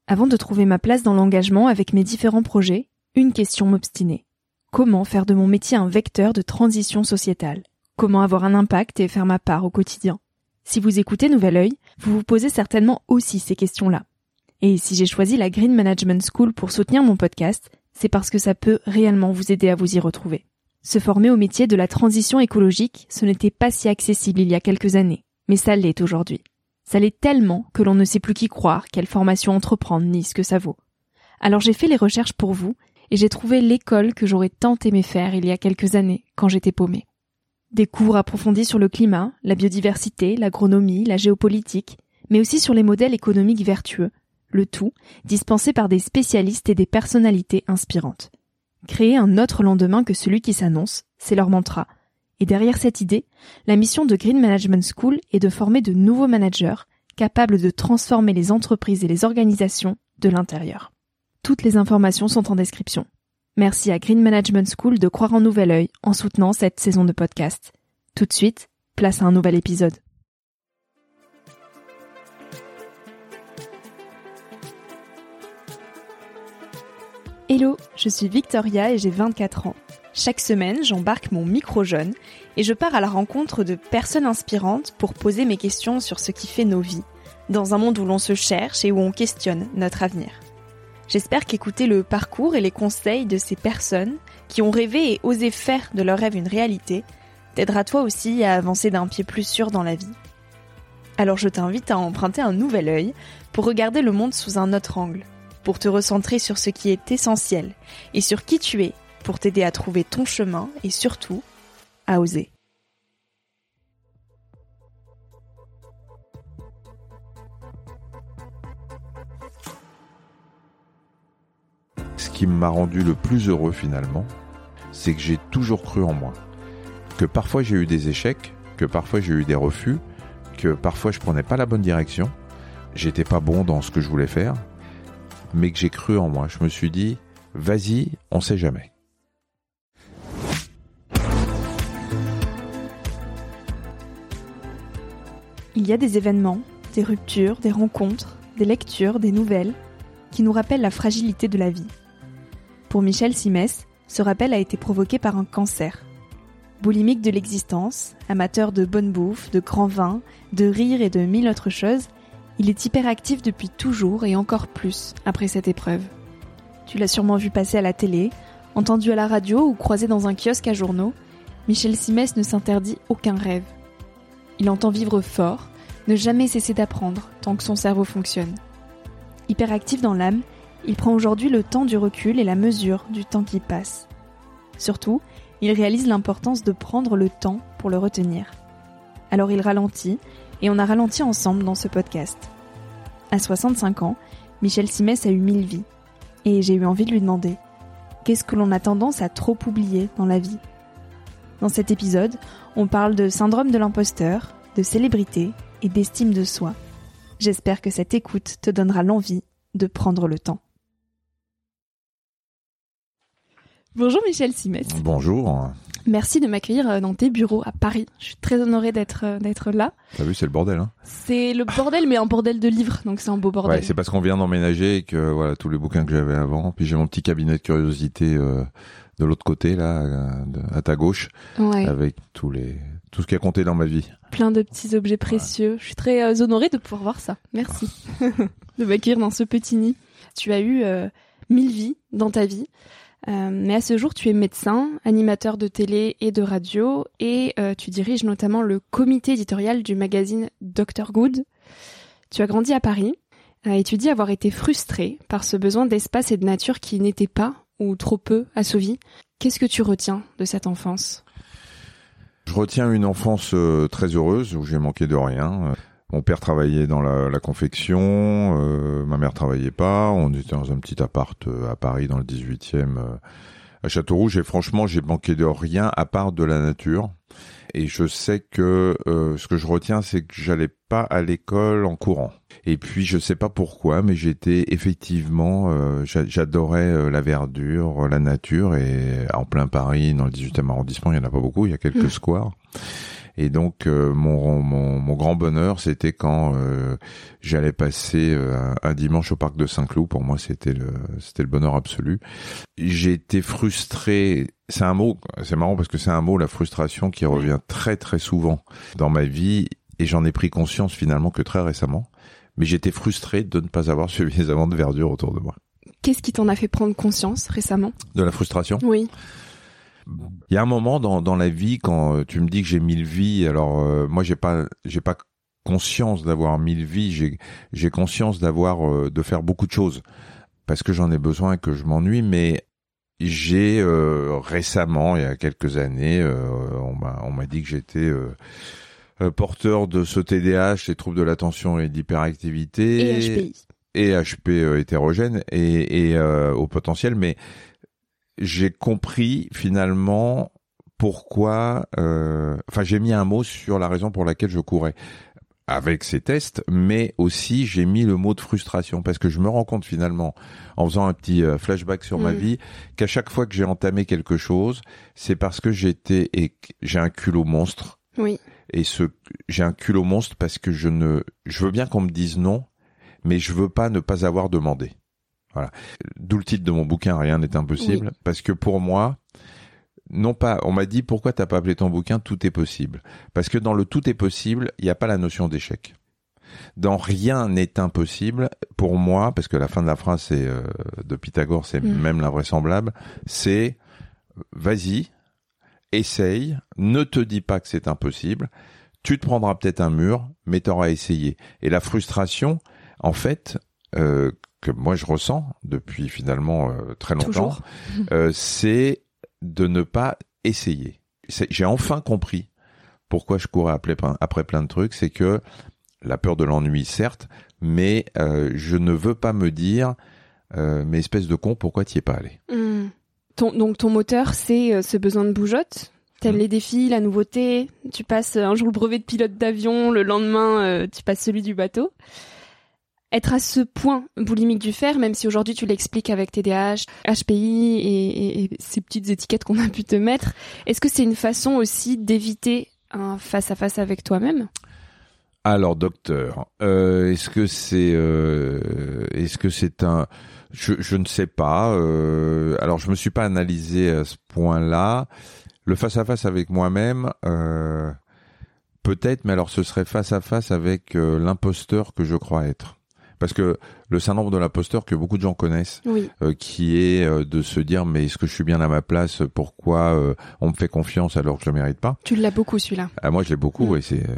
Avant de trouver ma place dans l'engagement avec mes différents projets, une question m'obstinait. Comment faire de mon métier un vecteur de transition sociétale ? Comment avoir un impact et faire ma part au quotidien ? Si vous écoutez Nouvel Œil, vous vous posez certainement aussi ces questions-là. Et si j'ai choisi la Green Management School pour soutenir mon podcast, c'est parce que ça peut réellement vous aider à vous y retrouver. Se former au métier de la transition écologique, ce n'était pas si accessible il y a quelques années, mais ça l'est aujourd'hui. Ça l'est tellement que l'on ne sait plus qui croire, quelle formation entreprendre, ni ce que ça vaut. Alors j'ai fait les recherches pour vous, et j'ai trouvé l'école que j'aurais tant aimé faire il y a quelques années, quand j'étais paumée. Des cours approfondis sur le climat, la biodiversité, l'agronomie, la géopolitique, mais aussi sur les modèles économiques vertueux, le tout dispensé par des spécialistes et des personnalités inspirantes. Créer un autre lendemain que celui qui s'annonce, c'est leur mantra. Et derrière cette idée, la mission de Green Management School est de former de nouveaux managers capables de transformer les entreprises et les organisations de l'intérieur. Toutes les informations sont en description. Merci à Green Management School de croire en Nouvel Œil en soutenant cette saison de podcast. Tout de suite, place à un nouvel épisode. Hello, je suis Victoria et j'ai 24 ans. Chaque semaine, j'embarque mon micro jeune et je pars à la rencontre de personnes inspirantes pour poser mes questions sur ce qui fait nos vies, dans un monde où l'on se cherche et où on questionne notre avenir. J'espère qu'écouter le parcours et les conseils de ces personnes qui ont rêvé et osé faire de leur rêve une réalité t'aidera toi aussi à avancer d'un pied plus sûr dans la vie. Alors je t'invite à emprunter un nouvel œil pour regarder le monde sous un autre angle, pour te recentrer sur ce qui est essentiel et sur qui tu es, pour t'aider à trouver ton chemin et surtout, à oser. Ce qui m'a rendu le plus heureux finalement, c'est que j'ai toujours cru en moi. Que parfois j'ai eu des échecs, que parfois j'ai eu des refus, que parfois je prenais pas la bonne direction, j'étais pas bon dans ce que je voulais faire, mais que j'ai cru en moi. Je me suis dit, vas-y, on sait jamais. Il y a des événements, des ruptures, des rencontres, des lectures, des nouvelles qui nous rappellent la fragilité de la vie. Pour Michel Simès, ce rappel a été provoqué par un cancer. Boulimique de l'existence, amateur de bonne bouffe, de grands vins, de rire et de mille autres choses, il est hyperactif depuis toujours et encore plus après cette épreuve. Tu l'as sûrement vu passer à la télé, entendu à la radio ou croisé dans un kiosque à journaux. Michel Simès ne s'interdit aucun rêve. Il entend vivre fort, ne jamais cesser d'apprendre tant que son cerveau fonctionne. Hyperactif dans l'âme, il prend aujourd'hui le temps du recul et la mesure du temps qui passe. Surtout, il réalise l'importance de prendre le temps pour le retenir. Alors il ralentit, et on a ralenti ensemble dans ce podcast. À 65 ans, Michel Simès a eu 1000 vies. Et j'ai eu envie de lui demander, qu'est-ce que l'on a tendance à trop oublier dans la vie ? Dans cet épisode, on parle de syndrome de l'imposteur, de célébrité et d'estime de soi. J'espère que cette écoute te donnera l'envie de prendre le temps. Bonjour Michel Simès. Bonjour. Merci de m'accueillir dans tes bureaux à Paris. Je suis très honorée d'être là. T'as vu, c'est le bordel, hein ? C'est le bordel, mais un bordel de livres, donc c'est un beau bordel. Ouais, c'est parce qu'on vient d'emménager et que voilà tous les bouquins que j'avais avant. Puis j'ai mon petit cabinet de curiosité de l'autre côté, là, à ta gauche, ouais. Avec tout ce qui a compté dans ma vie. Plein de petits objets précieux. Ouais. Je suis très honorée de pouvoir voir ça. Merci de m'accueillir dans ce petit nid. Tu as eu 1000 vies dans ta vie. Mais à ce jour, tu es médecin, animateur de télé et de radio et tu diriges notamment le comité éditorial du magazine Dr Good. Tu as grandi à Paris et tu dis avoir été frustré par ce besoin d'espace et de nature qui n'était pas ou trop peu assouvi. Qu'est-ce que tu retiens de cette enfance ? Je retiens une enfance très heureuse où j'ai manqué de rien. Mon père travaillait dans la confection, ma mère travaillait pas, on était dans un petit appart à Paris dans le 18e à Châteaurouge et franchement j'ai manqué de rien à part de la nature. Et je sais que ce que je retiens c'est que j'allais pas à l'école en courant. Et puis je sais pas pourquoi mais j'étais effectivement j'adorais la verdure, la nature et en plein Paris dans le 18e arrondissement, il y en a pas beaucoup, il y a quelques squares. Et donc mon grand bonheur, c'était quand j'allais passer un dimanche au parc de Saint-Cloud. Pour moi, c'était le bonheur absolu. J'ai été frustré. C'est un mot, c'est marrant parce que c'est un mot, la frustration, qui revient très très souvent dans ma vie, et j'en ai pris conscience finalement que très récemment. Mais j'étais frustré de ne pas avoir suffisamment de verdure autour de moi. Qu'est-ce qui t'en a fait prendre conscience récemment ? De la frustration ? Oui. Il y a un moment dans la vie, quand tu me dis que j'ai 1000 vies, alors moi j'ai pas conscience d'avoir 1000 vies, j'ai conscience de faire beaucoup de choses parce que j'en ai besoin et que je m'ennuie, mais j'ai récemment, il y a quelques années, on m'a dit que j'étais porteur de ce TDAH, les troubles de l'attention et de l'hyperactivité, et HPI. Et HP hétérogène et au potentiel, mais j'ai compris finalement pourquoi. J'ai mis un mot sur la raison pour laquelle je courais avec ces tests, mais aussi j'ai mis le mot de frustration parce que je me rends compte finalement, en faisant un petit flashback sur ma vie, qu'à chaque fois que j'ai entamé quelque chose, c'est parce que j'ai un culot monstre. Oui. Et j'ai un culot monstre parce que je veux bien qu'on me dise non, mais je veux pas ne pas avoir demandé. Voilà. D'où le titre de mon bouquin, Rien n'est impossible. Oui. Parce que pour moi, on m'a dit, pourquoi t'as pas appelé ton bouquin Tout est possible? Parce que dans le tout est possible, il n'y a pas la notion d'échec. Dans Rien n'est impossible, pour moi, parce que la fin de la phrase c'est de Pythagore, c'est même l'invraisemblable, c'est vas-y, essaye, ne te dis pas que c'est impossible, tu te prendras peut-être un mur, mais t'auras essayé. Et la frustration, en fait, que moi je ressens depuis finalement très longtemps, c'est de ne pas essayer. J'ai enfin compris pourquoi je courais après plein de trucs, c'est que la peur de l'ennui, certes, mais je ne veux pas me dire, mais espèce de con, pourquoi t'y es pas allé? Donc ton moteur, c'est ce besoin de bougeotte. T'aimes les défis, la nouveauté. Tu passes un jour le brevet de pilote d'avion, le lendemain tu passes celui du bateau. Être à ce point boulimique du fer, même si aujourd'hui tu l'expliques avec TDAH, HPI et ces petites étiquettes qu'on a pu te mettre, est-ce que c'est une façon aussi d'éviter un face-à-face avec toi-même ? Alors docteur, est-ce que c'est un... Je ne sais pas. Alors je me suis pas analysé à ce point-là. Le face-à-face avec moi-même, peut-être, mais alors ce serait face-à-face avec l'imposteur que je crois être. Parce que le syndrome de l'imposteur que beaucoup de gens connaissent, qui est de se dire mais est-ce que je suis bien à ma place, pourquoi on me fait confiance alors que je le mérite pas. Tu l'as beaucoup celui-là. Ah, moi je l'ai beaucoup et c'est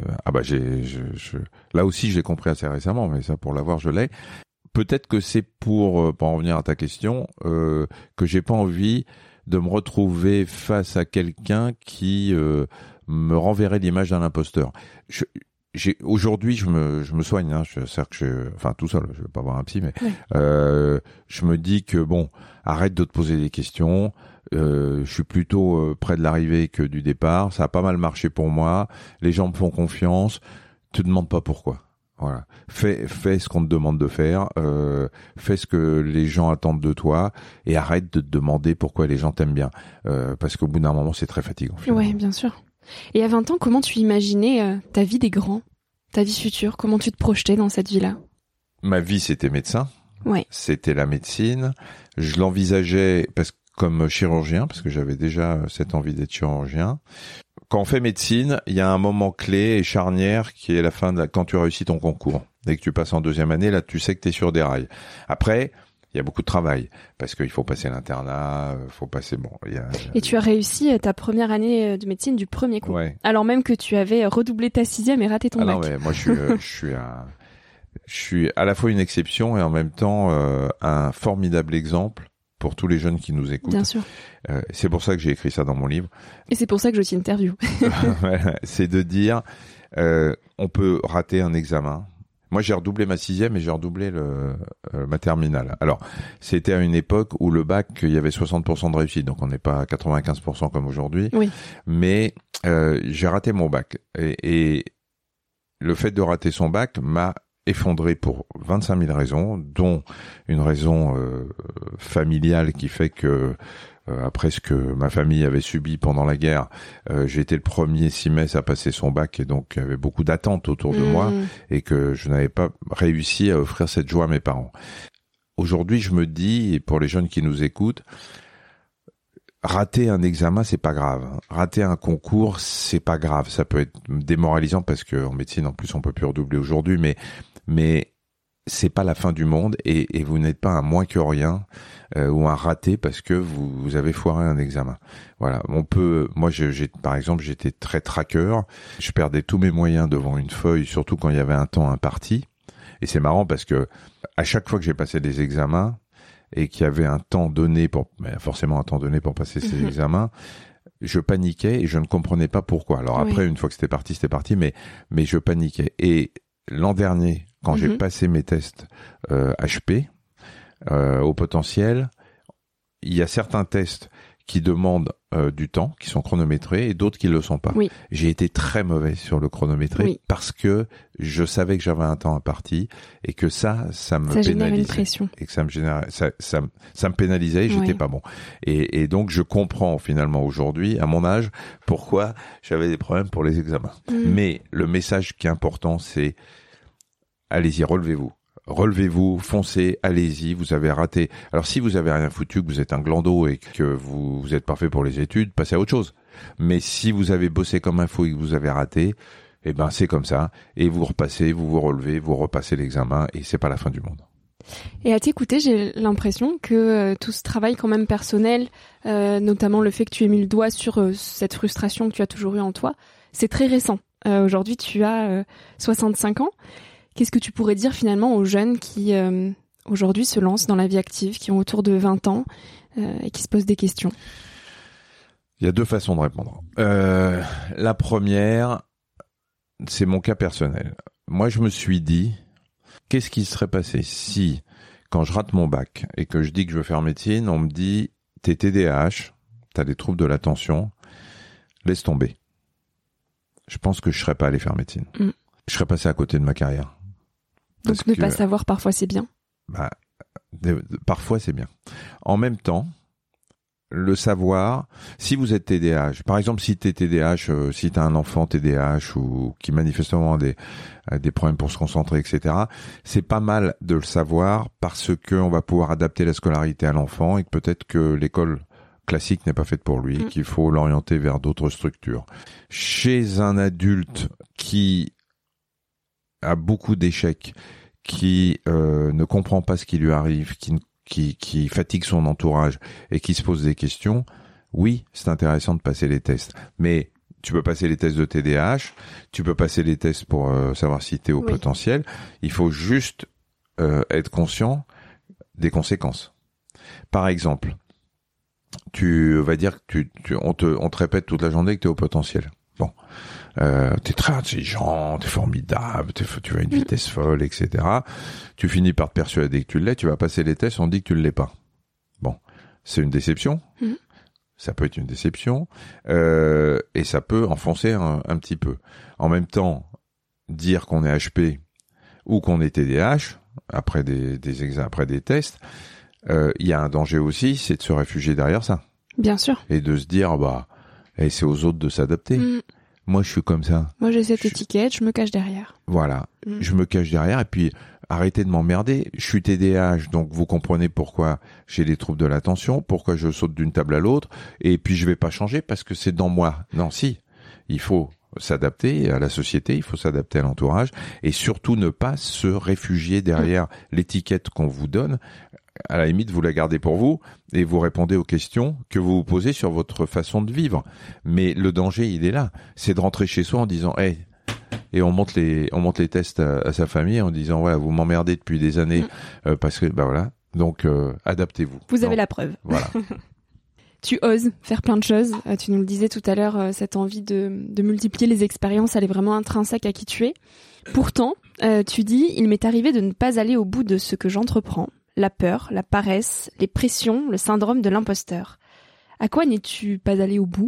là aussi je l'ai compris assez récemment, mais ça pour l'avoir je l'ai. Peut-être que c'est pour en revenir à ta question que j'ai pas envie de me retrouver face à quelqu'un qui me renverrait l'image d'un imposteur. Aujourd'hui, je me soigne, hein. Tout seul, je vais pas voir un psy, mais je me dis que bon, arrête de te poser des questions. Je suis plutôt près de l'arrivée que du départ. Ça a pas mal marché pour moi. Les gens me font confiance. Te demande pas pourquoi. Voilà. Fais ce qu'on te demande de faire. Fais ce que les gens attendent de toi et arrête de te demander pourquoi les gens t'aiment bien. Parce qu'au bout d'un moment, c'est très fatigant. Ouais, bien sûr. Et à 20 ans, comment tu imaginais ta vie des grands, ta vie future? Comment tu te projetais dans cette vie-là? Ma vie, c'était médecin. Ouais. C'était la médecine. Je l'envisageais comme chirurgien, parce que j'avais déjà cette envie d'être chirurgien. Quand on fait médecine, il y a un moment clé et charnière qui est la fin quand tu réussis ton concours. Dès que tu passes en deuxième année, là, tu sais que tu es sur des rails. Après, il y a beaucoup de travail parce qu'il faut passer l'internat, faut passer Et tu as réussi ta première année de médecine du premier coup. Ouais. Alors même que tu avais redoublé ta 6e et raté ton bac. Non, ouais, moi je suis à la fois une exception et en même temps un formidable exemple pour tous les jeunes qui nous écoutent. Bien sûr. C'est pour ça que j'ai écrit ça dans mon livre. Et c'est pour ça que je t'interviewe. C'est de dire on peut rater un examen. Moi, j'ai redoublé ma 6e et j'ai redoublé ma terminale. Alors, c'était à une époque où le bac, il y avait 60% de réussite, donc on n'est pas à 95% comme aujourd'hui. Oui. Mais j'ai raté mon bac. Et le fait de rater son bac m'a effondré pour 25 000 raisons, dont une raison familiale qui fait que après ce que ma famille avait subi pendant la guerre, j'ai été le premier Simès à passer son bac et donc il y avait beaucoup d'attentes autour de moi et que je n'avais pas réussi à offrir cette joie à mes parents. Aujourd'hui, je me dis, et pour les jeunes qui nous écoutent, rater un examen, c'est pas grave. Rater un concours, c'est pas grave. Ça peut être démoralisant parce que en médecine, en plus, on peut plus redoubler aujourd'hui, mais c'est pas la fin du monde et vous n'êtes pas un moins que rien ou un raté parce que vous avez foiré un examen. Voilà, moi par exemple, j'étais très traqueur, je perdais tous mes moyens devant une feuille, surtout quand il y avait un temps imparti. Et c'est marrant parce que à chaque fois que j'ai passé des examens et qu'il y avait un temps donné forcément un temps donné pour passer ces examens, je paniquais et je ne comprenais pas pourquoi. Alors après, une fois que c'était parti, mais je paniquais. Et l'an dernier, quand j'ai passé mes tests HP au potentiel, il y a certains tests qui demandent du temps, qui sont chronométrés, et d'autres qui le sont pas. Oui. J'ai été très mauvais sur le chronométré parce que je savais que j'avais un temps imparti et que ça me pénalisait. Ça générait une pression. Et que ça me pénalisait et j'étais pas bon. Et donc je comprends finalement aujourd'hui, à mon âge, pourquoi j'avais des problèmes pour les examens. Mais le message qui est important, c'est allez-y, relevez-vous, foncez, allez-y, vous avez raté. Alors si vous avez rien foutu, que vous êtes un glandeau et que vous êtes parfait pour les études, passez à autre chose. Mais si vous avez bossé comme un fou et que vous avez raté, eh ben c'est comme ça. Et vous repassez, vous relevez, vous repassez l'examen et c'est pas la fin du monde. Et à t'écouter, j'ai l'impression que tout ce travail quand même personnel, notamment le fait que tu aies mis le doigt sur cette frustration que tu as toujours eue en toi, c'est très récent. Aujourd'hui, tu as 65 ans. Qu'est-ce que tu pourrais dire finalement aux jeunes qui aujourd'hui se lancent dans la vie active, qui ont autour de 20 ans et qui se posent des questions? Il y a deux façons de répondre. La première, c'est mon cas personnel. Moi, je me suis dit, qu'est-ce qui serait passé si, quand je rate mon bac et que je dis que je veux faire médecine, on me dit, t'es TDAH, t'as des troubles de l'attention, laisse tomber. Je pense que je serais pas allé faire médecine. Je serais passé à côté de ma carrière. Donc ne pas savoir, parfois c'est bien. Parfois c'est bien. En même temps, le savoir, si vous êtes TDAH, par exemple si t'es TDAH, si t'as un enfant TDAH ou qui manifestement a des problèmes pour se concentrer, etc., c'est pas mal de le savoir parce que on va pouvoir adapter la scolarité à l'enfant et que peut-être que l'école classique n'est pas faite pour lui, qu'il faut l'orienter vers d'autres structures. Chez un adulte qui a beaucoup d'échecs, qui ne comprend pas ce qui lui arrive, qui fatigue son entourage et qui se pose des questions, oui, c'est intéressant de passer les tests. Mais tu peux passer les tests de TDAH, tu peux passer les tests pour savoir si tu es au potentiel. Il faut juste être conscient des conséquences. Par exemple, tu vas dire que on te répète toute la journée que tu es au potentiel. Bon, t'es très intelligent, t'es formidable, tu as une vitesse folle, etc. Tu finis par te persuader que tu l'es, tu vas passer les tests, on dit que tu ne l'es pas. Bon, c'est une déception. Ça peut être une déception et ça peut enfoncer un petit peu. En même temps, dire qu'on est HP ou qu'on est TDAH après des examens, après des tests, il y a un danger aussi, c'est de se réfugier derrière ça. Bien sûr. Et de se dire et c'est aux autres de s'adapter. Moi, je suis comme ça. Moi, j'ai cette étiquette, je me cache derrière. Voilà, je me cache derrière et puis arrêtez de m'emmerder. Je suis TDAH, donc vous comprenez pourquoi j'ai des troubles de l'attention, pourquoi je saute d'une table à l'autre, et puis je vais pas changer parce que c'est dans moi. Non, si, il faut s'adapter à la société, il faut s'adapter à l'entourage et surtout ne pas se réfugier derrière l'étiquette qu'on vous donne. À la limite, vous la gardez pour vous et vous répondez aux questions que vous vous posez sur votre façon de vivre. Mais le danger, il est là. C'est de rentrer chez soi en disant, et on monte les tests à sa famille en disant, voilà, vous m'emmerdez depuis des années parce que, voilà. Donc, adaptez-vous. Vous avez la preuve. Voilà. Tu oses faire plein de choses. Tu nous le disais tout à l'heure, cette envie de multiplier les expériences, elle est vraiment intrinsèque à qui tu es. Pourtant, tu dis, il m'est arrivé de ne pas aller au bout de ce que j'entreprends. La peur, la paresse, les pressions, le syndrome de l'imposteur. À quoi n'es-tu pas allé au bout ?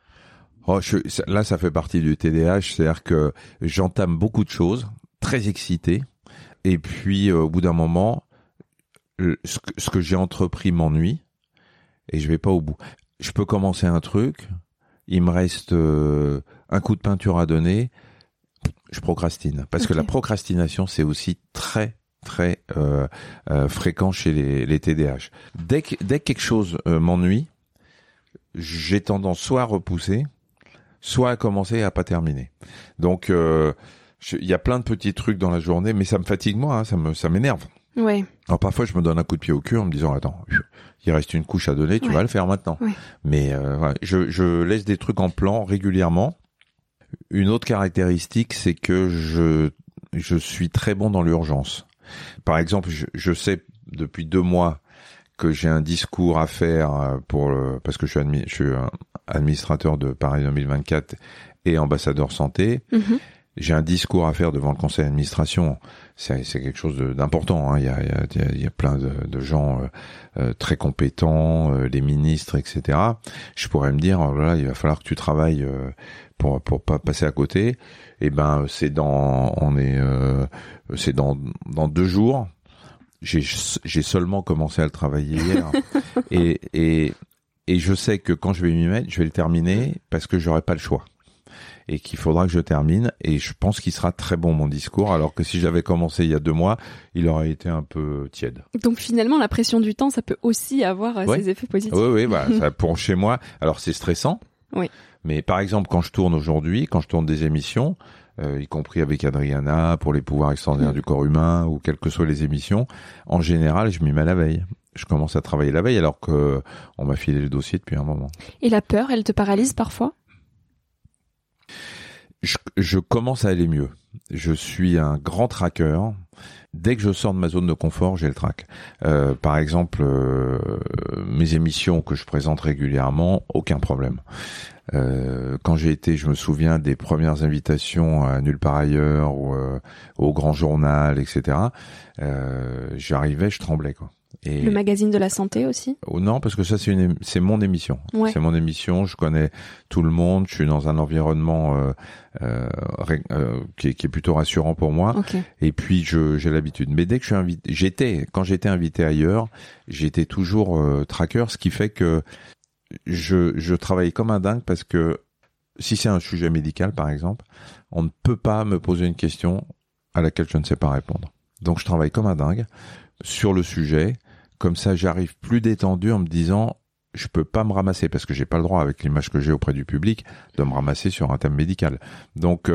Là, ça fait partie du TDAH, c'est-à-dire que j'entame beaucoup de choses, très excité, et puis au bout d'un moment, ce que j'ai entrepris m'ennuie, et je vais pas au bout. Je peux commencer un truc, il me reste un coup de peinture à donner, je procrastine. Parce que la procrastination, c'est aussi très fréquent chez les TDAH. Dès que quelque chose m'ennuie, j'ai tendance soit à repousser, soit à commencer à pas terminer. Donc il y a plein de petits trucs dans la journée, mais ça me fatigue moi, hein, ça m'énerve. Ouais. Alors parfois je me donne un coup de pied au cul en me disant attends, il reste une couche à donner, tu vas le faire maintenant. Ouais. Mais voilà, je laisse des trucs en plan régulièrement. Une autre caractéristique, c'est que je suis très bon dans l'urgence. Par exemple, je sais depuis 2 mois que j'ai un discours à faire parce que je suis administrateur de Paris 2024 et ambassadeur santé. Mm-hmm. J'ai un discours à faire devant le conseil d'administration. C'est quelque chose d'important. Hein. Il y a plein de gens très compétents, les ministres, etc. Je pourrais me dire, oh là, il va falloir que tu travailles pour pas passer à côté. Et ben, c'est dans 2 jours. J'ai seulement commencé à le travailler hier. et je sais que quand je vais m'y mettre, je vais le terminer parce que j'aurai pas le choix. Et qu'il faudra que je termine. Et je pense qu'il sera très bon, mon discours. Alors que si j'avais commencé il y a 2 mois, il aurait été un peu tiède. Donc finalement, la pression du temps, ça peut aussi avoir ses effets positifs. Oui, ça pour chez moi. Alors c'est stressant. Oui. Mais par exemple, quand je tourne des émissions, y compris avec Adriana pour les pouvoirs extraordinaires du corps humain ou quelles que soient les émissions, en général, je m'y mets la veille. Je commence à travailler la veille alors que on m'a filé le dossier depuis un moment. Et la peur, elle te paralyse parfois ? Je commence à aller mieux. Je suis un grand tracker. Dès que je sors de ma zone de confort, j'ai le trac. Par exemple, mes émissions que je présente régulièrement, aucun problème. Quand je me souviens des premières invitations à Nulle part ailleurs ou au Grand Journal, etc. J'arrivais, je tremblais quoi. Et le magazine de la santé aussi ? Non, parce que ça c'est mon émission. Ouais. C'est mon émission. Je connais tout le monde. Je suis dans un environnement qui est plutôt rassurant pour moi. Okay. Et puis j'ai l'habitude. Mais dès que je suis invité, quand j'étais invité ailleurs, j'étais toujours tracker, ce qui fait que je travaille comme un dingue parce que si c'est un sujet médical par exemple, on ne peut pas me poser une question à laquelle je ne sais pas répondre. Donc je travaille comme un dingue sur le sujet. Comme ça, j'arrive plus détendu en me disant, je peux pas me ramasser parce que j'ai pas le droit, avec l'image que j'ai auprès du public, de me ramasser sur un thème médical. Donc,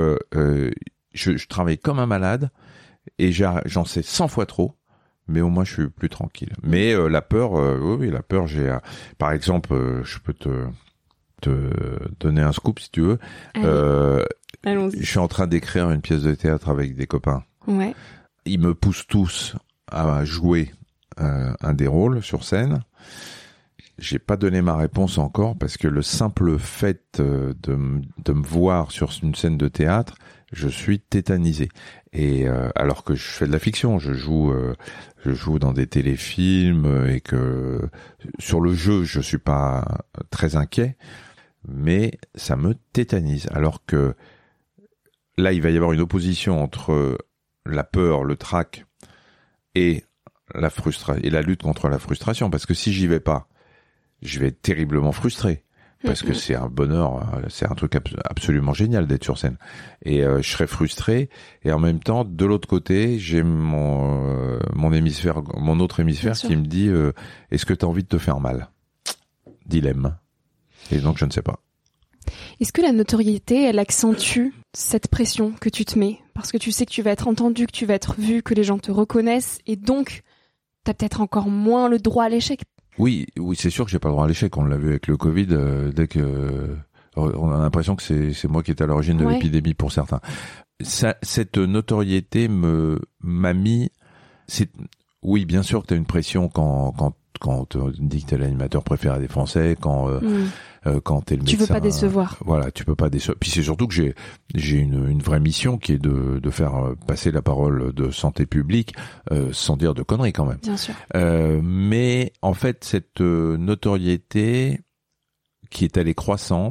je travaille comme un malade et j'en sais 100 fois trop, mais au moins je suis plus tranquille. Mais la peur, oui, la peur, par exemple, je peux te donner un scoop si tu veux. Allons-y. Je suis en train d'écrire une pièce de théâtre avec des copains. Ouais. Ils me poussent tous à jouer un des rôles sur scène. J'ai pas donné ma réponse encore parce que le simple fait de me voir sur une scène de théâtre, je suis tétanisé. Et alors que je fais de la fiction, je joue dans des téléfilms et que sur le jeu, je suis pas très inquiet, mais ça me tétanise. Alors que là, il va y avoir une opposition entre la peur, le trac et la lutte contre la frustration, parce que si j'y vais pas, je vais être terriblement frustré, parce que c'est un bonheur, c'est un truc absolument génial d'être sur scène, et je serai frustré, et en même temps, de l'autre côté, j'ai mon autre hémisphère qui me dit est-ce que tu as envie de te faire mal ? Dilemme. Et donc je ne sais pas. Est-ce que la notoriété, elle accentue cette pression que tu te mets ? Parce que tu sais que tu vas être entendu, que tu vas être vu, que les gens te reconnaissent, et donc t'as peut-être encore moins le droit à l'échec. Oui, c'est sûr que j'ai pas le droit à l'échec. On l'a vu avec le Covid, dès que on a l'impression que c'est moi qui est à l'origine de l'épidémie pour certains. Cette notoriété m'a mis. Oui, bien sûr que t'as une pression quand on te dit que t'es l'animateur préféré des Français, quand t'es le médecin. Tu veux pas décevoir. Voilà, tu peux pas décevoir. Puis c'est surtout que j'ai une vraie mission qui est de faire passer la parole de santé publique, sans dire de conneries quand même. Bien sûr. Mais en fait, cette notoriété qui est allée croissante,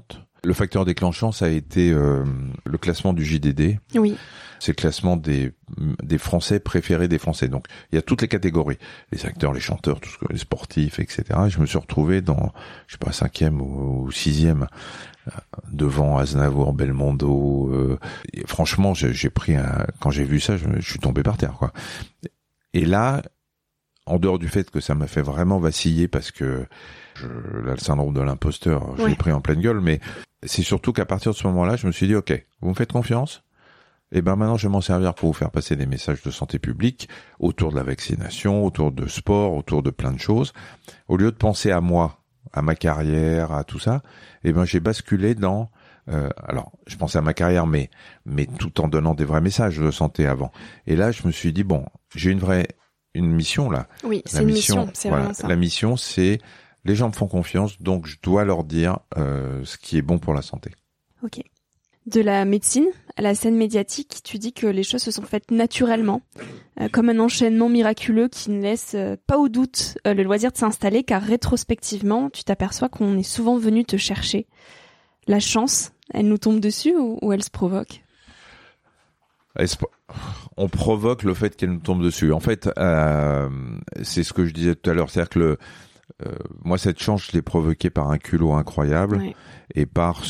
Le facteur déclenchant, ça a été le classement du JDD. Oui. C'est le classement des Français préférés des Français. Donc, il y a toutes les catégories. Les acteurs, les chanteurs, tout ce que, les sportifs, etc. Et je me suis retrouvé dans, je sais pas, 5e ou 6e, devant Aznavour, Belmondo. Et franchement, j'ai pris quand j'ai vu ça, je suis tombé par terre, quoi. Et là, en dehors du fait que ça m'a fait vraiment vaciller parce que là, le syndrome de l'imposteur, je l'ai pris en pleine gueule, mais c'est surtout qu'à partir de ce moment-là, je me suis dit, ok, vous me faites confiance, et ben maintenant je vais m'en servir pour vous faire passer des messages de santé publique autour de la vaccination, autour de sport, autour de plein de choses. Au lieu de penser à moi, à ma carrière, à tout ça, et ben j'ai basculé dans alors je pensais à ma carrière, mais tout en donnant des vrais messages de santé avant. Et là, je me suis dit bon, j'ai une mission là. Oui, c'est une mission, c'est vraiment ça. La mission, c'est les gens me font confiance, donc je dois leur dire ce qui est bon pour la santé. Ok. De la médecine à la scène médiatique, tu dis que les choses se sont faites naturellement, comme un enchaînement miraculeux qui ne laisse pas au doute le loisir de s'installer, car rétrospectivement, tu t'aperçois qu'on est souvent venu te chercher. La chance, elle nous tombe dessus ou elle se provoque ? On provoque le fait qu'elle nous tombe dessus. En fait, c'est ce que je disais tout à l'heure, c'est-à-dire que moi, cette chance, je l'ai provoquée par un culot incroyable et par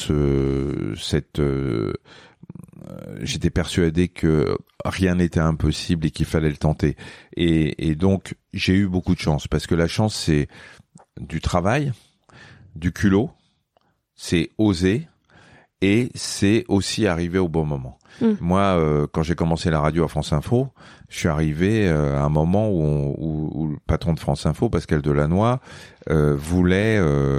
j'étais persuadé que rien n'était impossible et qu'il fallait le tenter. Et donc, j'ai eu beaucoup de chance parce que la chance, c'est du travail, du culot, c'est oser et c'est aussi arriver au bon moment. Moi, quand j'ai commencé la radio à France Info, je suis arrivé à un moment où le patron de France Info, Pascal Delannoy, voulait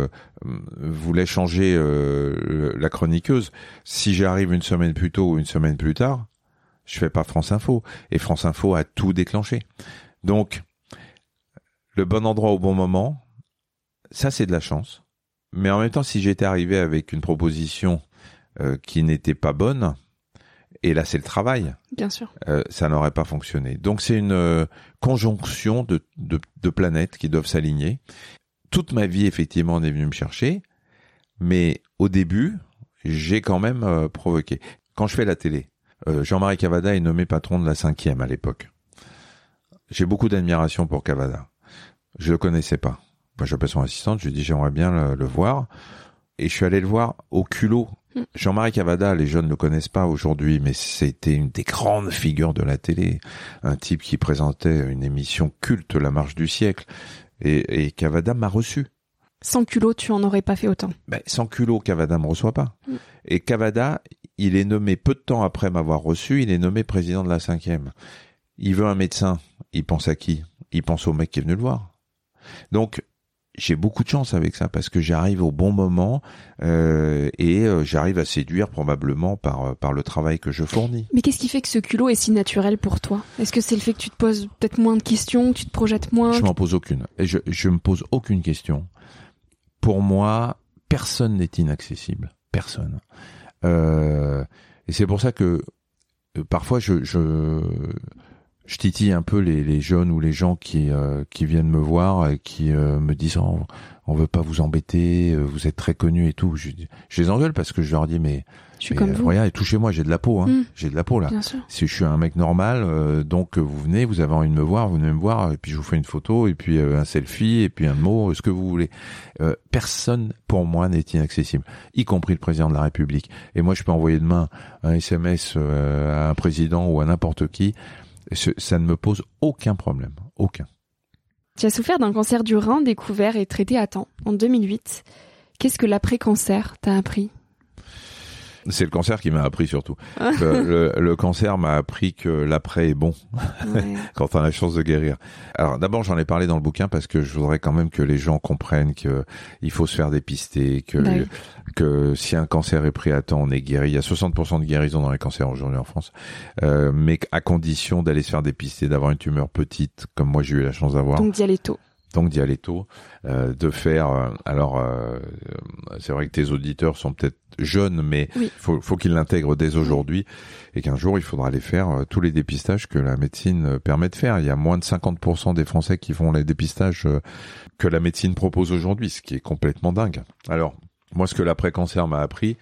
changer la chroniqueuse. Si j'arrive une semaine plus tôt ou une semaine plus tard, je fais pas France Info. Et France Info a tout déclenché. Donc, le bon endroit au bon moment, ça c'est de la chance. Mais en même temps, si j'étais arrivé avec une proposition qui n'était pas bonne, et là c'est le travail, bien sûr, ça n'aurait pas fonctionné. Donc c'est une conjonction de planètes qui doivent s'aligner. Toute ma vie, effectivement, on est venu me chercher, mais au début, j'ai quand même provoqué. Quand je fais la télé, Jean-Marie Cavada est nommé patron de la 5e à l'époque. J'ai beaucoup d'admiration pour Cavada. Je le connaissais pas. Moi, j'appelle son assistante, je lui dis j'aimerais bien le voir. Et je suis allé le voir au culot. Jean-Marie Cavada, les jeunes ne le connaissent pas aujourd'hui, mais c'était une des grandes figures de la télé. Un type qui présentait une émission culte, La Marche du siècle. Et Cavada m'a reçu. Sans culot, tu en aurais pas fait autant. Sans culot, Cavada me reçoit pas. Et Cavada, il est nommé peu de temps après m'avoir reçu, il est nommé président de la 5e. Il veut un médecin. Il pense à qui ? Il pense au mec qui est venu le voir. Donc, j'ai beaucoup de chance avec ça parce que j'arrive au bon moment et j'arrive à séduire probablement par le travail que je fournis. Mais qu'est-ce qui fait que ce culot est si naturel pour toi ? Est-ce que c'est le fait que tu te poses peut-être moins de questions, que tu te projettes moins ? Je m'en pose aucune. Et je me pose aucune question. Pour moi, personne n'est inaccessible. Personne. Et c'est pour ça que parfois je titille un peu les jeunes ou les gens qui viennent me voir et qui me disent on veut pas vous embêter, vous êtes très connus et tout. Je les engueule parce que je leur dis mais comme vous. Regarde, touchez-moi, j'ai de la peau, j'ai de la peau là. Bien sûr. Si je suis un mec normal, donc vous venez, vous avez envie de me voir, vous venez me voir et puis je vous fais une photo et puis un selfie et puis un mot, ce que vous voulez. Personne pour moi n'est inaccessible, y compris le président de la République. Et moi je peux envoyer demain un SMS à un président ou à n'importe qui. Ça ne me pose aucun problème, aucun. Tu as souffert d'un cancer du rein découvert et traité à temps, en 2008. Qu'est-ce que l'après-cancer t'a appris ? C'est le cancer qui m'a appris surtout. Le cancer m'a appris que l'après est bon, quand on a la chance de guérir. Alors d'abord, j'en ai parlé dans le bouquin parce que je voudrais quand même que les gens comprennent que il faut se faire dépister, que si un cancer est pris à temps, on est guéri. Il y a 60% de guérison dans les cancers aujourd'hui en France, mais à condition d'aller se faire dépister, d'avoir une tumeur petite, comme moi j'ai eu la chance d'avoir. Donc d'y aller tôt. De faire. C'est vrai que tes auditeurs sont peut-être jeunes, mais faut qu'ils l'intègrent dès aujourd'hui et qu'un jour il faudra aller faire tous les dépistages que la médecine permet de faire. Il y a moins de 50% des Français qui font les dépistages que la médecine propose aujourd'hui, ce qui est complètement dingue. Alors, Moi, ce que l'après-cancer m'a appris,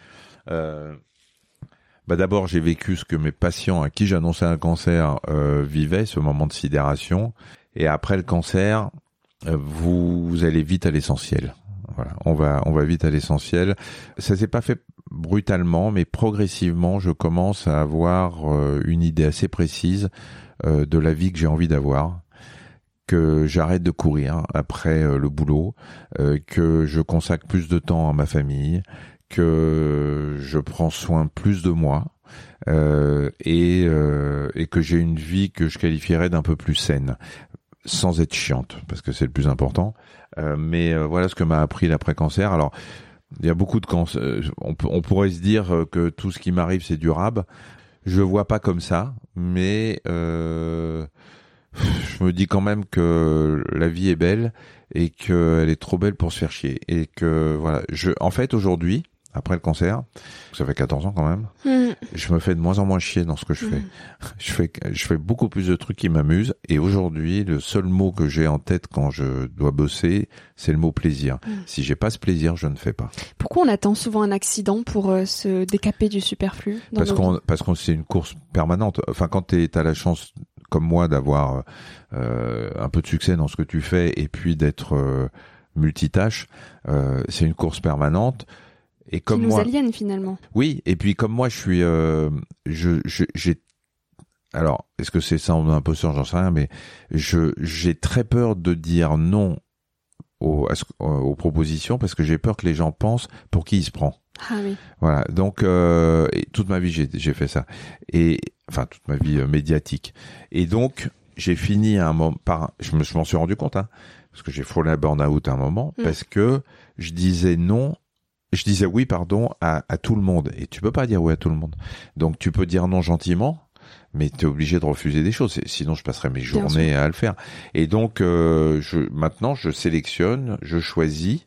d'abord, j'ai vécu ce que mes patients à qui j'annonçais un cancer vivaient, ce moment de sidération. Et après le cancer, vous allez vite à l'essentiel. Voilà, on va vite à l'essentiel. Ça s'est pas fait brutalement, mais progressivement, je commence à avoir une idée assez précise de la vie que j'ai envie d'avoir, que j'arrête de courir après le boulot, que je consacre plus de temps à ma famille, que je prends soin plus de moi, et que j'ai une vie que je qualifierais d'un peu plus saine, sans être chiante, parce que c'est le plus important. Mais voilà ce que m'a appris l'après-cancer. Alors, il y a beaucoup de cancers. On pourrait se dire que tout ce qui m'arrive, c'est durable. Je le vois pas comme ça, mais je me dis quand même que la vie est belle et qu'elle est trop belle pour se faire chier. Et que voilà, en fait, aujourd'hui, après le cancer, ça fait 14 ans quand même, je me fais de moins en moins chier dans ce que je fais. Je fais beaucoup plus de trucs qui m'amusent. Et aujourd'hui, le seul mot que j'ai en tête quand je dois bosser, c'est le mot plaisir. Si j'ai pas ce plaisir, je ne fais pas. Pourquoi on attend souvent un accident pour se décaper du superflu parce qu'on c'est une course permanente. Enfin, quand t'as la chance, comme moi, d'avoir un peu de succès dans ce que tu fais et puis d'être multitâche, c'est une course permanente. Et comme qui nous aliène finalement. Oui, et puis comme moi, je suis, j'ai. Alors, est-ce que c'est ça en imposteur, j'en sais rien, mais j'ai très peur de dire non aux propositions parce que j'ai peur que les gens pensent pour qui il se prend. Ah oui. Voilà, donc toute ma vie j'ai fait ça, et enfin toute ma vie médiatique, et donc j'ai fini à un moment je m'en suis rendu compte, parce que j'ai frôlé un burn-out à un moment, parce que je disais oui, à tout le monde. Et tu peux pas dire oui à tout le monde. Donc tu peux dire non gentiment, mais tu es obligé de refuser des choses. Sinon, je passerais mes journées à le faire. Et donc, maintenant, je sélectionne, je choisis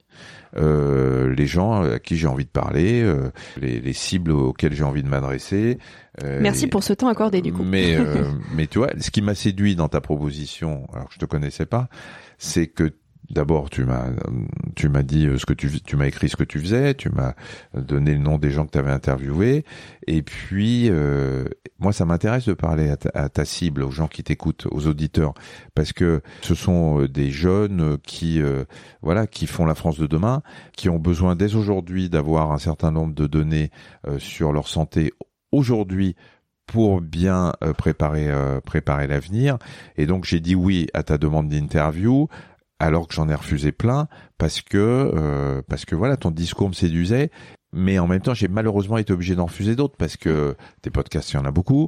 les gens à qui j'ai envie de parler, les cibles auxquelles j'ai envie de m'adresser. Merci pour ce temps accordé, du coup. Mais tu vois, ce qui m'a séduit dans ta proposition, alors que je te connaissais pas, c'est que d'abord, tu m'as dit tu m'as écrit ce que tu faisais, tu m'as donné le nom des gens que tu avais interviewés, et puis moi ça m'intéresse de parler à ta cible, aux gens qui t'écoutent, aux auditeurs, parce que ce sont des jeunes qui font la France de demain, qui ont besoin dès aujourd'hui d'avoir un certain nombre de données sur leur santé aujourd'hui pour bien préparer l'avenir. Et donc j'ai dit oui à ta demande d'interview, alors que j'en ai refusé plein, parce que voilà, ton discours me séduisait, mais en même temps j'ai malheureusement été obligé d'en refuser d'autres, parce que tes podcasts, il y en a beaucoup,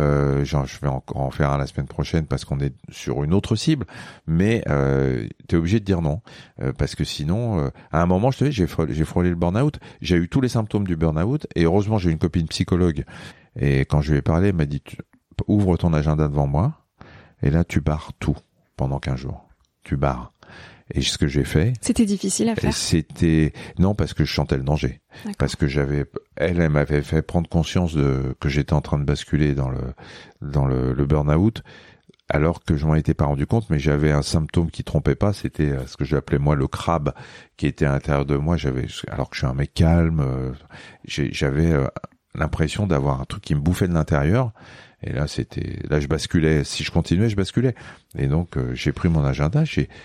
je vais encore en faire un la semaine prochaine parce qu'on est sur une autre cible, mais t'es obligé de dire non, parce que sinon à un moment, je te dis, j'ai frôlé le burn-out, j'ai eu tous les symptômes du burn-out, et heureusement j'ai une copine psychologue, et quand je lui ai parlé, elle m'a dit ouvre ton agenda devant moi, et là tu barres tout pendant 15 jours, tu barres. Et ce que j'ai fait. C'était difficile à faire. Non, parce que je sentais le danger. D'accord. Parce que elle m'avait fait prendre conscience que j'étais en train de basculer dans le burn-out, alors que je m'en étais pas rendu compte, mais j'avais un symptôme qui trompait pas, c'était ce que j'appelais moi le crabe, qui était à l'intérieur de moi. Alors que je suis un mec calme, j'avais l'impression d'avoir un truc qui me bouffait de l'intérieur. Et là, je basculais. Si je continuais, je basculais. Et donc, j'ai pris mon agenda,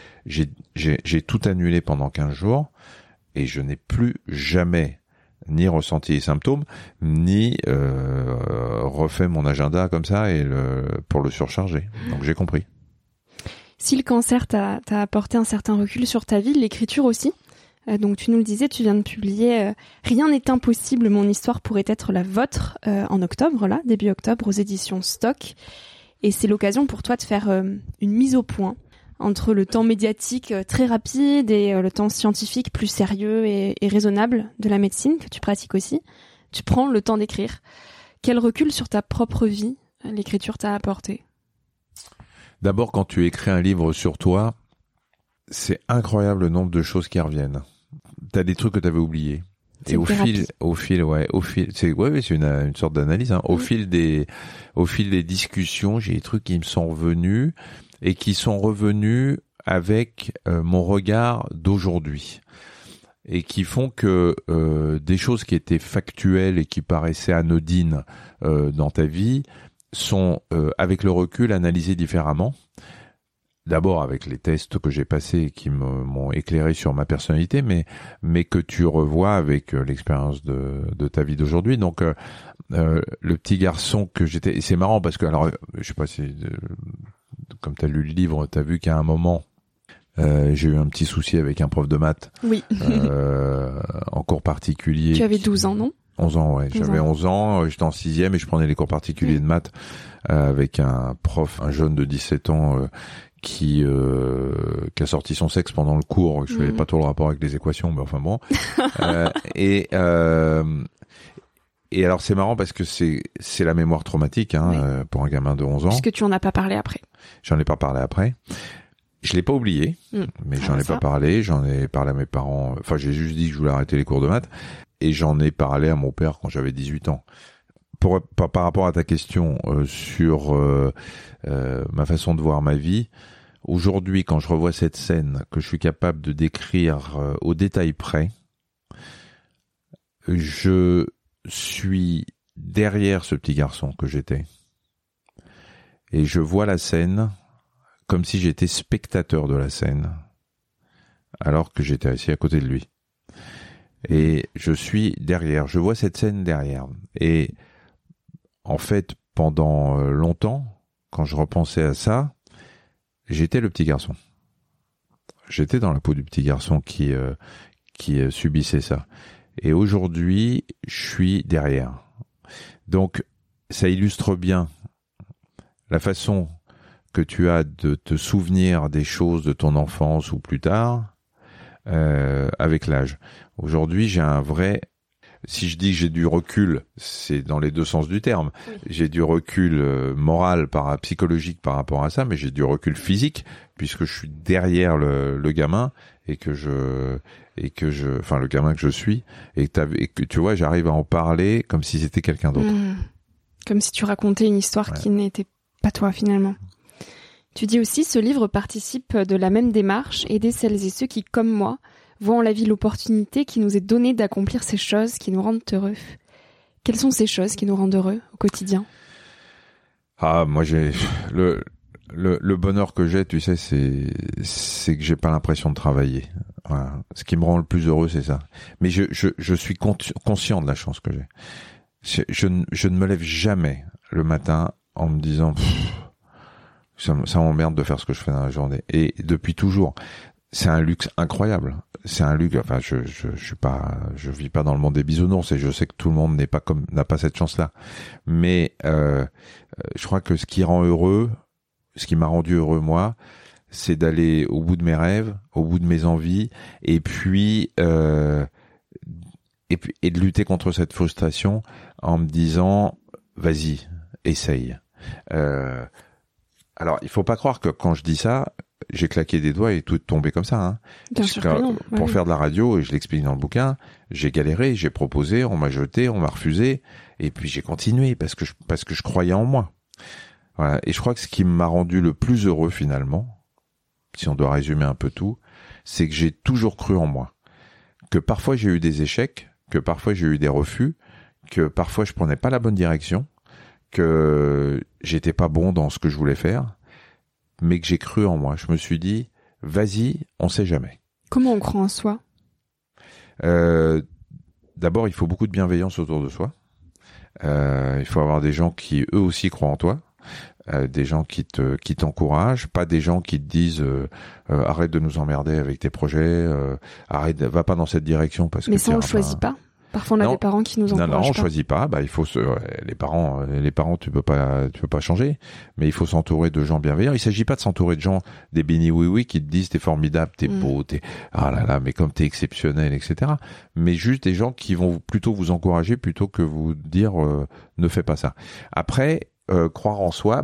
j'ai tout annulé pendant 15 jours, et je n'ai plus jamais ni ressenti les symptômes, ni refait mon agenda comme ça pour le surcharger. Donc, j'ai compris. Si le cancer t'a apporté un certain recul sur ta vie, l'écriture aussi. Donc tu nous le disais, tu viens de publier Rien n'est impossible, mon histoire pourrait être la vôtre en octobre, là, début octobre, aux éditions Stock. Et c'est l'occasion pour toi de faire une mise au point entre le temps médiatique très rapide et le temps scientifique plus sérieux et raisonnable de la médecine, que tu pratiques aussi. Tu prends le temps d'écrire. Quel recul sur ta propre vie l'écriture t'a apporté ? D'abord, quand tu écris un livre sur toi, c'est incroyable le nombre de choses qui reviennent. T'as des trucs que t'avais oubliés. Et au fil, c'est une sorte d'analyse. Au fil des discussions, j'ai des trucs qui me sont revenus et qui sont revenus avec mon regard d'aujourd'hui. et qui font que des choses qui étaient factuelles et qui paraissaient anodines dans ta vie sont, avec le recul, analysées différemment. D'abord avec les tests que j'ai passés et qui m'ont éclairé sur ma personnalité, mais que tu revois avec l'expérience de ta vie d'aujourd'hui. Donc le petit garçon que j'étais, et c'est marrant parce que, alors je sais pas si comme tu as lu le livre, tu as vu qu'à un moment j'ai eu un petit souci avec un prof de maths. Oui. En cours particulier. Tu avais 12 ans, non? 11 ans, ouais. J'avais 11 ans, j'étais en 6e et je prenais les cours particuliers de maths avec un prof, un jeune de 17 ans qui a sorti son sexe pendant le cours. Je savais pas trop le rapport avec les équations, mais enfin bon. Et alors c'est marrant parce que c'est la mémoire traumatique pour un gamin de 11 ans. Puisque tu en as pas parlé après. J'en ai pas parlé après. Je l'ai pas oublié, mais j'en ai pas parlé. J'en ai parlé à mes parents. Enfin, j'ai juste dit que je voulais arrêter les cours de maths. Et j'en ai parlé à mon père quand j'avais 18 ans. Par rapport à ta question sur ma façon de voir ma vie, aujourd'hui, quand je revois cette scène que je suis capable de décrire au détail près, je suis derrière ce petit garçon que j'étais. Et je vois la scène comme si j'étais spectateur de la scène, alors que j'étais assis à côté de lui. Et je suis derrière, je vois cette scène derrière. Et en fait, pendant longtemps, quand je repensais à ça, j'étais le petit garçon. J'étais dans la peau du petit garçon qui subissait ça. Et aujourd'hui, je suis derrière. Donc, ça illustre bien la façon que tu as de te souvenir des choses de ton enfance ou plus tard, avec l'âge. Aujourd'hui, j'ai un vrai... Si je dis que j'ai du recul, c'est dans les deux sens du terme. Oui. J'ai du recul moral, psychologique par rapport à ça, mais j'ai du recul physique puisque je suis derrière le gamin enfin le gamin que je suis et que tu vois, j'arrive à en parler comme si c'était quelqu'un d'autre. Comme si tu racontais une histoire qui n'était pas toi finalement. Tu dis aussi, ce livre participe de la même démarche, aider celles et ceux qui, comme moi, voient en la vie l'opportunité qui nous est donnée d'accomplir ces choses qui nous rendent heureux. Quelles sont ces choses qui nous rendent heureux au quotidien? Ah, moi j'ai le bonheur que j'ai, tu sais, c'est que j'ai pas l'impression de travailler. Voilà. Ce qui me rend le plus heureux, c'est ça. Mais je suis conscient de la chance que j'ai. Je ne me lève jamais le matin en me disant ça m'emmerde de faire ce que je fais dans la journée. Et depuis toujours. C'est un luxe incroyable. C'est un luxe. Enfin, je vis pas dans le monde des bisounours et je sais que tout le monde n'a pas cette chance-là. Mais je crois que ce qui rend heureux, ce qui m'a rendu heureux moi, c'est d'aller au bout de mes rêves, au bout de mes envies, et puis de lutter contre cette frustration en me disant, vas-y, essaye. Alors, il faut pas croire que quand je dis ça, j'ai claqué des doigts et tout est tombé comme ça. Hein. Bien sûr que non. Pour faire de la radio, et je l'explique dans le bouquin, j'ai galéré, j'ai proposé, on m'a jeté, on m'a refusé, et puis j'ai continué parce que je croyais en moi. Voilà. Et je crois que ce qui m'a rendu le plus heureux finalement, si on doit résumer un peu tout, c'est que j'ai toujours cru en moi. Que parfois j'ai eu des échecs, que parfois j'ai eu des refus, que parfois je prenais pas la bonne direction, que j'étais pas bon dans ce que je voulais faire, mais que j'ai cru en moi. Je me suis dit, vas-y, on sait jamais. Comment on croit en soi? D'abord, il faut beaucoup de bienveillance autour de soi. Il faut avoir des gens qui, eux aussi, croient en toi. Des gens qui t'encouragent, pas des gens qui te disent arrête de nous emmerder avec tes projets, va pas dans cette direction parce que... Mais ça, on choisit pas. Parfois, on a des parents qui nous encouragent. Non, on choisit pas. Bah, il faut les parents, tu peux pas changer. Mais il faut s'entourer de gens bienveillants. Il s'agit pas de s'entourer de gens, des bénis oui qui te disent t'es formidable, t'es beau, ah là là, mais comme t'es exceptionnel, etc. Mais juste des gens qui vont plutôt vous encourager plutôt que vous dire ne fais pas ça. Après, croire en soi,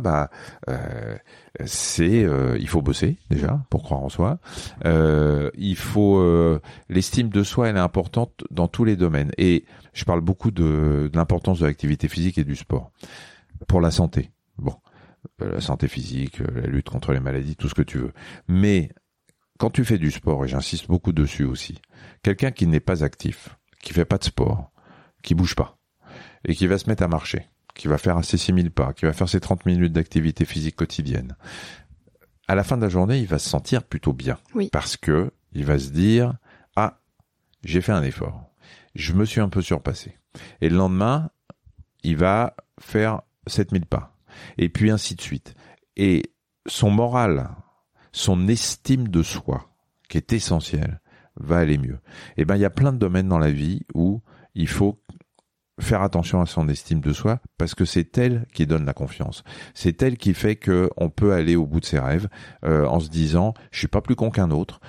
il faut bosser déjà pour croire en soi. Il faut l'estime de soi, elle est importante dans tous les domaines. Et je parle beaucoup de l'importance de l'activité physique et du sport pour la santé. Bon, la santé physique, la lutte contre les maladies, tout ce que tu veux. Mais quand tu fais du sport, et j'insiste beaucoup dessus aussi, quelqu'un qui n'est pas actif, qui fait pas de sport, qui bouge pas, et qui va se mettre à marcher, qui va faire ses 6000 pas, qui va faire ses 30 minutes d'activité physique quotidienne, à la fin de la journée, il va se sentir plutôt bien. Oui. Parce que il va se dire, ah, j'ai fait un effort. Je me suis un peu surpassé. Et le lendemain, il va faire 7000 pas. Et puis ainsi de suite. Et son moral, son estime de soi, qui est essentielle, va aller mieux. Et ben, il y a plein de domaines dans la vie où il faut faire attention à son estime de soi parce que c'est elle qui donne la confiance. C'est elle qui fait que on peut aller au bout de ses rêves en se disant je suis pas plus con qu'un autre.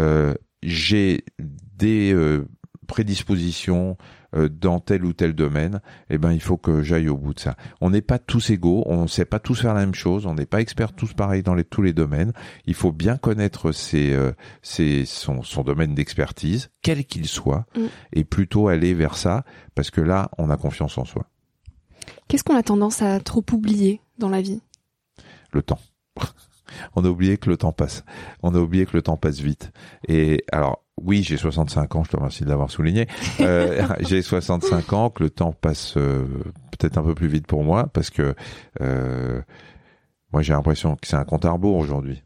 J'ai des prédispositions dans tel ou tel domaine, eh ben il faut que j'aille au bout de ça. On n'est pas tous égaux, on ne sait pas tous faire la même chose, on n'est pas experts tous pareils dans tous les domaines. Il faut bien connaître son domaine d'expertise, quel qu'il soit, et plutôt aller vers ça, parce que là, on a confiance en soi. Qu'est-ce qu'on a tendance à trop oublier dans la vie ? Le temps. On a oublié que le temps passe. On a oublié que le temps passe vite. Et alors, oui, j'ai 65 ans, je te remercie de l'avoir souligné. J'ai 65 ans, que le temps passe peut-être un peu plus vite pour moi, parce que moi j'ai l'impression que c'est un compte à rebours aujourd'hui.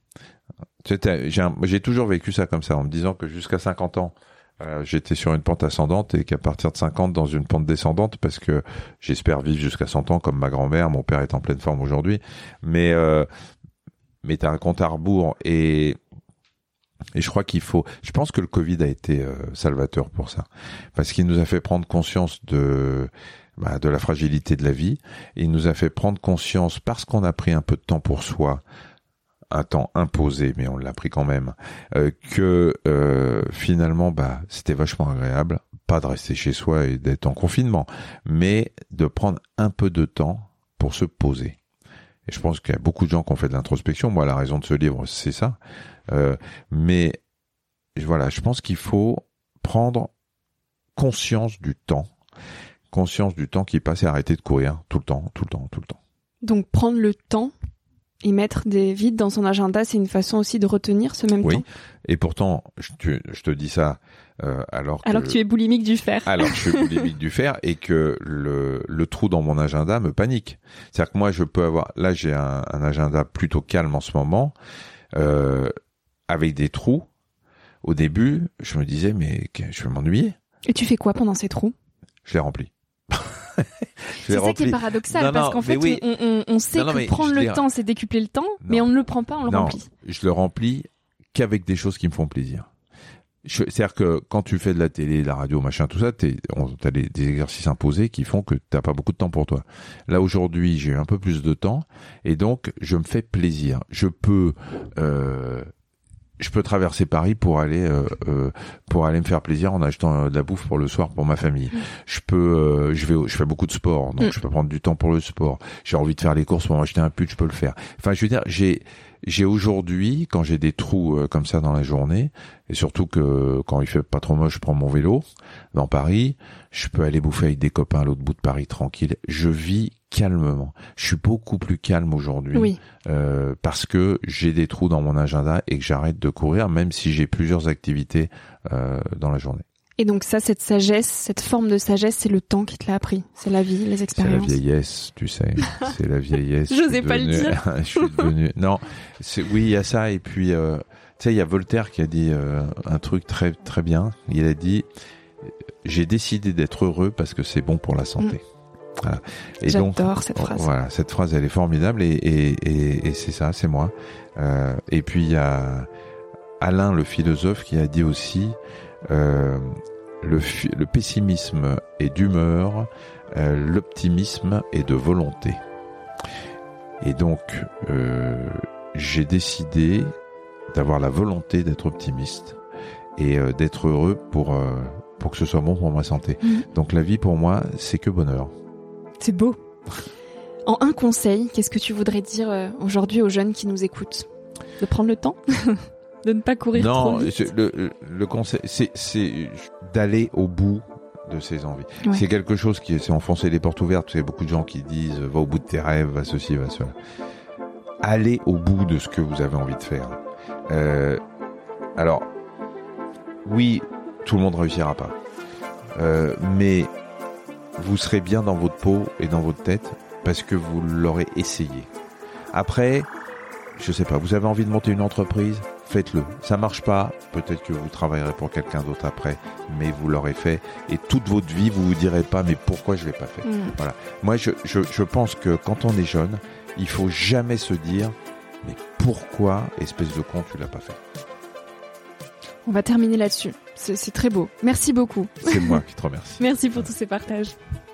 J'ai toujours vécu ça comme ça, en me disant que jusqu'à 50 ans, j'étais sur une pente ascendante et qu'à partir de 50 dans une pente descendante, parce que j'espère vivre jusqu'à 100 ans comme ma grand-mère. Mon père est en pleine forme aujourd'hui, mais t'as un compte à rebours et je crois je pense que le Covid a été salvateur pour ça, parce qu'il nous a fait prendre conscience de la fragilité de la vie, et il nous a fait prendre conscience, parce qu'on a pris un peu de temps pour soi, un temps imposé, mais on l'a pris quand même, que finalement c'était vachement agréable, pas de rester chez soi et d'être en confinement, mais de prendre un peu de temps pour se poser. Et je pense qu'il y a beaucoup de gens qui ont fait de l'introspection. Moi, la raison de ce livre, c'est ça. Mais voilà, je pense qu'il faut prendre conscience du temps qui passe et arrêter de courir tout le temps. Donc prendre le temps et mettre des vides dans son agenda, c'est une façon aussi de retenir ce même temps. Oui, et pourtant, je te dis ça alors que tu es boulimique du fer. Alors que je suis boulimique du fer et que le trou dans mon agenda me panique. C'est-à-dire que moi, je peux avoir... Là, j'ai un agenda plutôt calme en ce moment, avec des trous. Au début, je me disais, mais je vais m'ennuyer. Et tu fais quoi pendant ces trous ? Je les remplis. C'est ça qui est paradoxal, parce qu'en fait, oui. on sait que prendre le temps, c'est décupler le temps, mais on ne le prend pas, on le remplit. Je le remplis qu'avec des choses qui me font plaisir. C'est-à-dire que quand tu fais de la télé, de la radio, machin, tout ça, t'as des exercices imposés qui font que t'as pas beaucoup de temps pour toi. Là, aujourd'hui, j'ai eu un peu plus de temps, et donc, je me fais plaisir. Je peux traverser Paris pour aller me faire plaisir en achetant de la bouffe pour le soir pour ma famille. Je fais beaucoup de sport, donc je peux prendre du temps pour le sport. J'ai envie de faire les courses pour m'acheter un pull, je peux le faire. Enfin, je veux dire, j'ai aujourd'hui, quand j'ai des trous comme ça dans la journée, et surtout que quand il fait pas trop moche, je prends mon vélo dans Paris, je peux aller bouffer avec des copains à l'autre bout de Paris tranquille. Je vis calmement. Je suis beaucoup plus calme aujourd'hui, oui. Parce que j'ai des trous dans mon agenda et que j'arrête de courir, même si j'ai plusieurs activités dans la journée. Et donc ça, cette sagesse, cette forme de sagesse, c'est le temps qui te l'a appris. C'est la vie, les expériences. C'est la vieillesse, tu sais. C'est la vieillesse. J'osais pas le dire. Je suis devenu... Non, oui, il y a ça. Et puis, tu sais, il y a Voltaire qui a dit un truc très, très bien. Il a dit, j'ai décidé d'être heureux parce que c'est bon pour la santé. Voilà. Et j'adore cette phrase. Voilà, cette phrase, elle est formidable et c'est ça, c'est moi. Et puis, il y a Alain, le philosophe, qui a dit aussi... le pessimisme est d'humeur, l'optimisme est de volonté. Et donc, j'ai décidé d'avoir la volonté d'être optimiste et d'être heureux pour que ce soit bon pour ma santé. Donc la vie pour moi, c'est que bonheur. C'est beau. En un conseil, qu'est-ce que tu voudrais dire aujourd'hui aux jeunes qui nous écoutent ? De prendre le temps ? De ne pas courir trop vite. Non, le conseil, c'est d'aller au bout de ses envies. Ouais. C'est quelque chose c'est enfoncer les portes ouvertes. Il y a beaucoup de gens qui disent, va au bout de tes rêves, va ceci, va cela. Allez au bout de ce que vous avez envie de faire. Alors, oui, tout le monde réussira pas. Mais vous serez bien dans votre peau et dans votre tête parce que vous l'aurez essayé. Après, je sais pas, vous avez envie de monter une entreprise, faites-le. Ça marche pas, peut-être que vous travaillerez pour quelqu'un d'autre après, mais vous l'aurez fait. Et toute votre vie, vous vous direz pas, mais pourquoi je l'ai pas fait ? Voilà. Moi, je pense que quand on est jeune, il faut jamais se dire, mais pourquoi, espèce de con, tu l'as pas fait ? On va terminer là-dessus. C'est très beau. Merci beaucoup. C'est moi qui te remercie. Merci pour tous ces partages.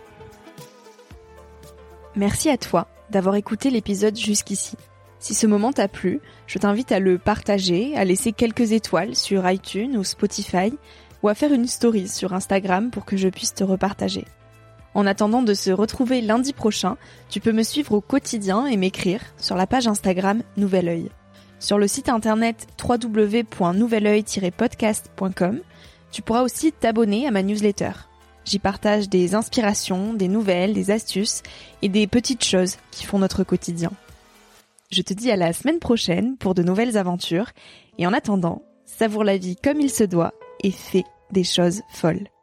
Merci à toi d'avoir écouté l'épisode jusqu'ici. Si ce moment t'a plu, je t'invite à le partager, à laisser quelques étoiles sur iTunes ou Spotify, ou à faire une story sur Instagram pour que je puisse te repartager. En attendant de se retrouver lundi prochain, tu peux me suivre au quotidien et m'écrire sur la page Instagram Nouvel Oeil. Sur le site internet www.nouveloeil-podcast.com, tu pourras aussi t'abonner à ma newsletter. J'y partage des inspirations, des nouvelles, des astuces et des petites choses qui font notre quotidien. Je te dis à la semaine prochaine pour de nouvelles aventures et en attendant, savoure la vie comme il se doit et fais des choses folles.